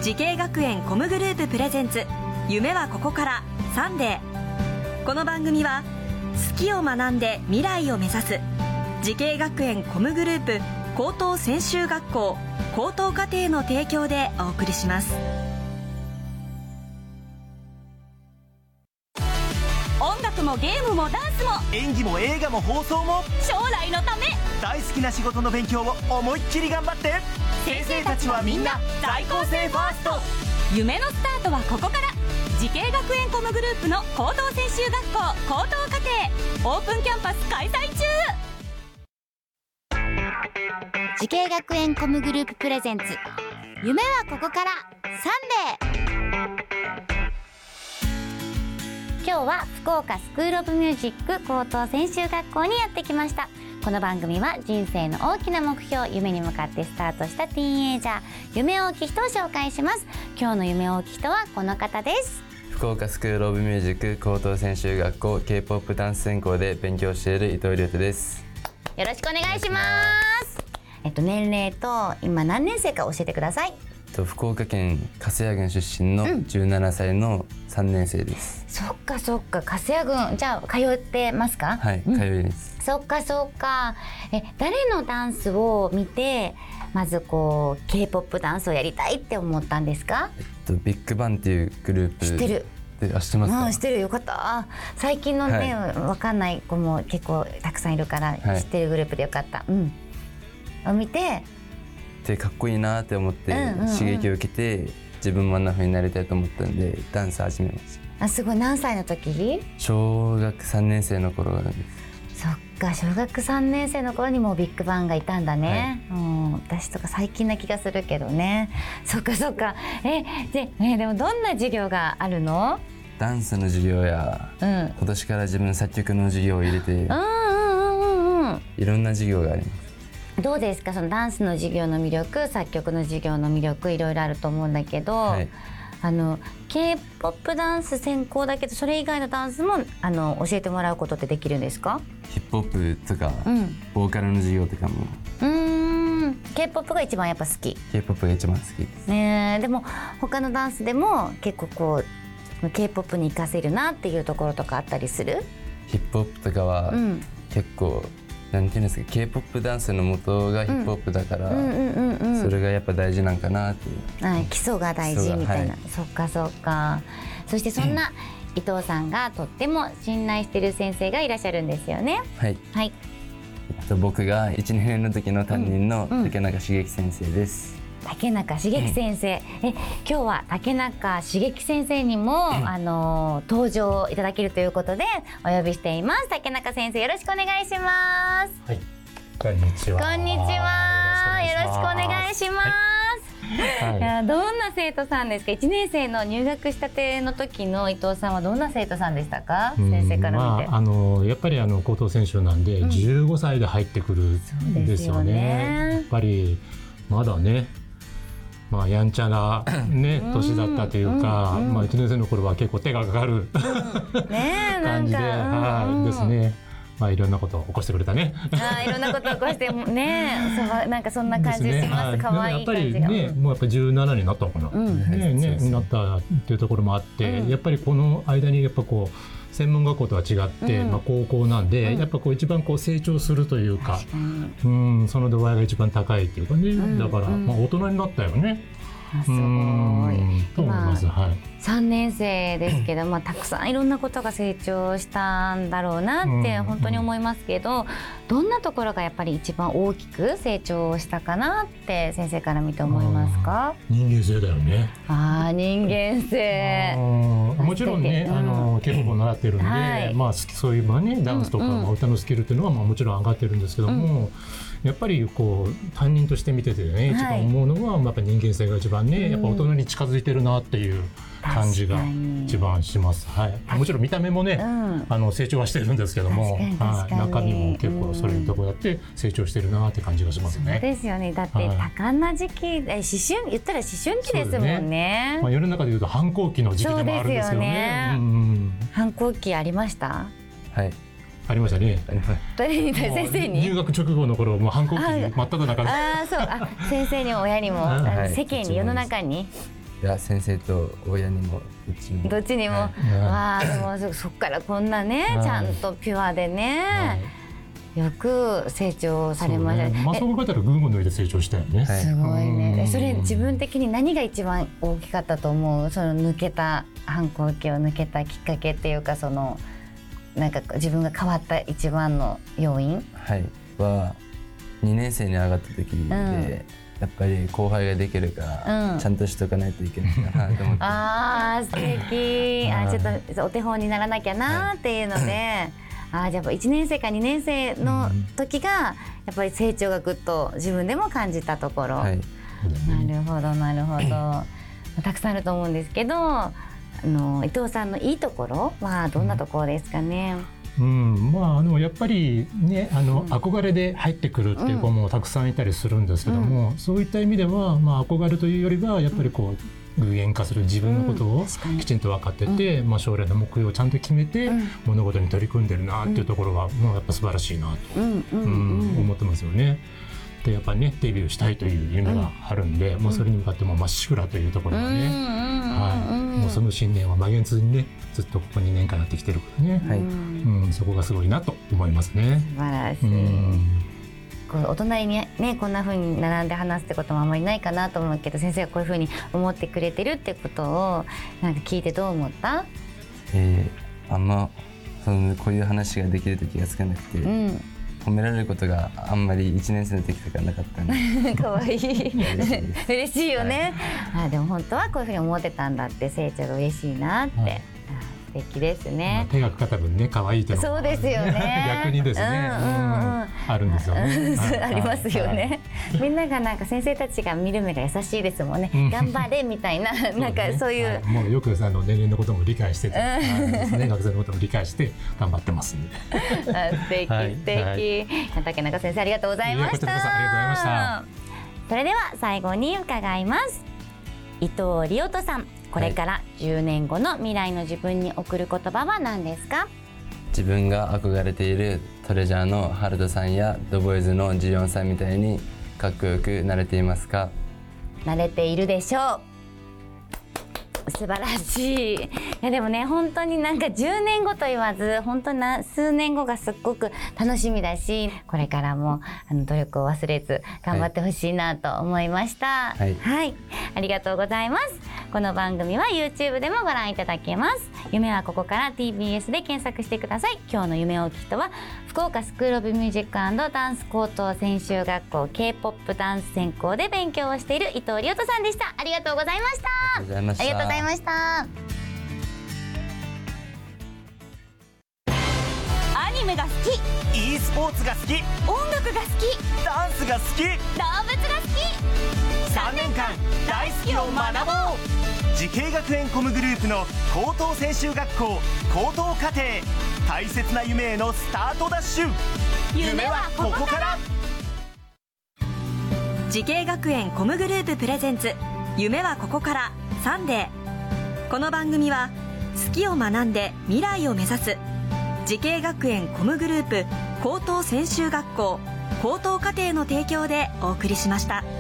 時系学園コムグループプレゼンツ夢はここからサンデー。この番組は好きを学んで未来を目指す時系学園コムグループ高等専修学校高等課程の提供でお送りします。音楽もゲームもダンスも演技も映画も放送も将来のため、 大好きな仕事の勉強を思いっきり頑張って。先生たちはみんな在校生ファースト。 夢のスタートはここから。時系学園コムグループの高等専修学校高等課程オープンキャンパス開催中。 時系学園コムグループプレゼンツ夢はここからサンデー。今日は福岡スクールオブミュージック高等専修学校にやってきました。この番組は人生の大きな目標、夢に向かってスタートしたティーンエイジャー、夢大きい人を紹介します。今日の夢大きい人はこの方です。 福岡スクールオブミュージック高等専修学校 K-POP ダンス専攻で勉強している伊藤亮太です。 よろしくお願いします。年齢と今何年生か教えてください。 福岡県粕谷郡出身の17歳の3年生です。 そっかそっか、粕谷郡じゃあ通ってますか？ はい、通いです。 そっかそっか。誰のダンスを見てまずこう K-POP ダンスをやりたいって思ったんですか？ ビッグバンっていうグループ。 知ってる。 知ってますか？ 知ってる。よかった。最近のね、わかんない子も結構たくさんいるから、知ってるグループでよかった。を見てでかっこいいなって思って刺激を受けて、自分もあんな風になりたいと思ったんでダンス始めました。 すごい。何歳の時？ 小学3年生の頃です。 そっか、小学3年生の頃にもうビッグバンがいたんだね。私とか最近な気がするけどね。そっかそっか。でもどんな授業があるの？ ダンスの授業や、今年から自分作曲の授業を入れて、いろんな授業があります。 どうですか、そのダンスの授業の魅力、作曲の授業の魅力、いろいろあると思うんだけど、K-POP ダンス専攻だけどそれ以外のダンスも教えてもらうことってできるんですか？ ヒップホップとか、ボーカルの授業とかも。 K-POP が一番やっぱ好き？ K-POP が一番好きですね。でも他のダンスでも結構こう K-POP に活かせるなっていうところとかあったりする？ ヒップホップとかは、結構なんていうんですか、 K-POP ダンスの元がヒップホップだから、それがやっぱ大事なんかなっていう、 基礎が大事みたいな。そっかそっか。そしてそんな伊藤さんがとっても信頼している先生がいらっしゃるんですよね。 はい、僕が1、2年の時の担任の竹中茂樹先生です。 竹中茂樹先生、今日は竹中茂樹先生にも、登場いただけるということでお呼びしています。竹中先生、よろしくお願いします。 はい、こんにちは。 こんにちは。よろしくお願いします。いや、どんな生徒さんですか？1年生の入学したての時の伊藤さんはどんな生徒さんでしたか？先生から見て。 やっぱり高等専修なんで、15歳で入ってくるんですよね。やっぱりまだね、やんちゃな、年だったというか、1年生の頃は結構手がかかる感じで、ですね。いろんなことを起こしてくれたね。 いろんなことを起こしてね、なんかそんな感じします。可愛い感じが。 やっぱりね、もうやっぱ17になったのかな。になったっていうところもあって、やっぱりこの間にやっぱこう専門学校とは違って、高校なんで、やっぱこう一番こう成長するというか、その度合いが一番高いっていうかね。だから大人になったよね。 すごい。 と思います。 3年生ですけど、たくさんいろんなことが成長したんだろうなって本当に思いますけど、どんなところがやっぱり一番大きく成長したかなって先生から見て思いますか？ 人間性だよね。 人間性。 もちろんね、K-POP を習ってるんで、そういうね、ダンスとか歌のスキルっていうのはもちろん上がってるんですけども、やっぱりこう担任として見ててね、一番思うのはやっぱ人間性が一番ね、やっぱ大人に近づいてるなっていう感じが一番します。もちろん見た目もね、成長はしてるんですけども、中身も結構それのところやって成長してるなって感じがしますね。 そうですよね。だって多感な時期、言ったら思春期ですもんね。 世の中でいうと反抗期の時期でもあるんですけどね。 反抗期ありました？ はい、 ありましたね。 誰に？先生に？ 入学直後の頃、もう反抗期真っ只中で。 先生にも親にも、世間に、世の中に。 いや先生と親にもどっちにも、 はい、 わあでもそっからこんなね、はい、ちゃんとピュアでね、はい、よく成長されましたね。 そう考えたら群を抜いて成長したよね。 すごいね。それ自分的に何が一番大きかったと思う？その抜けた反抗期を抜けたきっかけっていうか、そのなんか自分が変わった一番の要因、 はい、は2年生に上がった時で、やっぱり後輩ができるから、ちゃんとしとかないといけないかなと思って。 あー素敵。ちょっとお手本にならなきゃなっていうので、じゃあやっぱ1年生か2年生の時がやっぱり成長がぐっと自分でも感じたところ、はい、なるほどなるほど。たくさんあると思うんですけど、伊藤さんのいいところはどんなところですかね？ やっぱりね、憧れで入ってくるっていう子もたくさんいたりするんですけども、そういった意味では、憧れというよりはやっぱりこう具現化する自分のことをきちんと分かってて、将来の目標をちゃんと決めて物事に取り組んでるなっていうところはもうやっぱ素晴らしいなと思ってますよね。でやっぱりねデビューしたいという夢があるんで、もうそれに向かってもまっしぐらというところがね、もうその信念は曲げずにねずっとここ2年間やってきてるからね、そこがすごいなと思いますね。 素晴らしい。こうお隣にねこんな風に並んで話すってこともあんまりないかなと思うけど、先生がこういう風に思ってくれてるってことをなんか聞いてどう思った？ あんまこういう話ができると気がつかなくて、褒められることがあんまり1年生の時とかなかったんでかわいい嬉しいよね、でも本当はこういうふうに思ってたんだって成長が嬉しいなって、素敵ですね。 手がかかった分ね可愛いというのそうですよね逆にですね、あるんですよねありますよね、みんながなんか先生たちが見る目が優しいですもんね、頑張れみたいななんかそういう、 もうよく年齢のことも理解してて、学生のことも理解して頑張ってますんで素敵素敵、竹中先生ありがとうございました。 ありがとうございました。 それでは最後に伺います。伊藤理音さん、これから10年後の未来の自分に贈る言葉は何ですか？ 自分が憧れているトレジャーのハルトさんやドボーイズの14歳みたいにかっこよくなれていますか？ なれているでしょう。素晴らしい。いやでもね本当になんか10年後と言わず本当に数年後がすっごく楽しみだし、これからも努力を忘れず頑張ってほしいなと思いました。はい、ありがとうございます。この番組は YouTube でもご覧いただけます。夢はここから TBS で検索してください。今日の夢大きい人は福岡スクールオブミュージック&ダンス高等専修学校 K-POP ダンス専攻で勉強をしている伊藤理音さんでした。ありがとうございました。 ありがとうございました。 ありがとうございました。 アニメが好き、 e スポーツが好き、 音楽が好き、 ダンスが好き、 動物が好き、 3年間大好きを学ぼう。慈恵学園コムグループの高等専修学校高等課程、大切な夢へのスタートダッシュ。夢はここから。 慈恵学園コムグループプレゼンツ夢はここからサンデー。この番組は好きを学んで未来を目指す慈恵学園コムグループ高等専修学校高等課程の提供でお送りしました。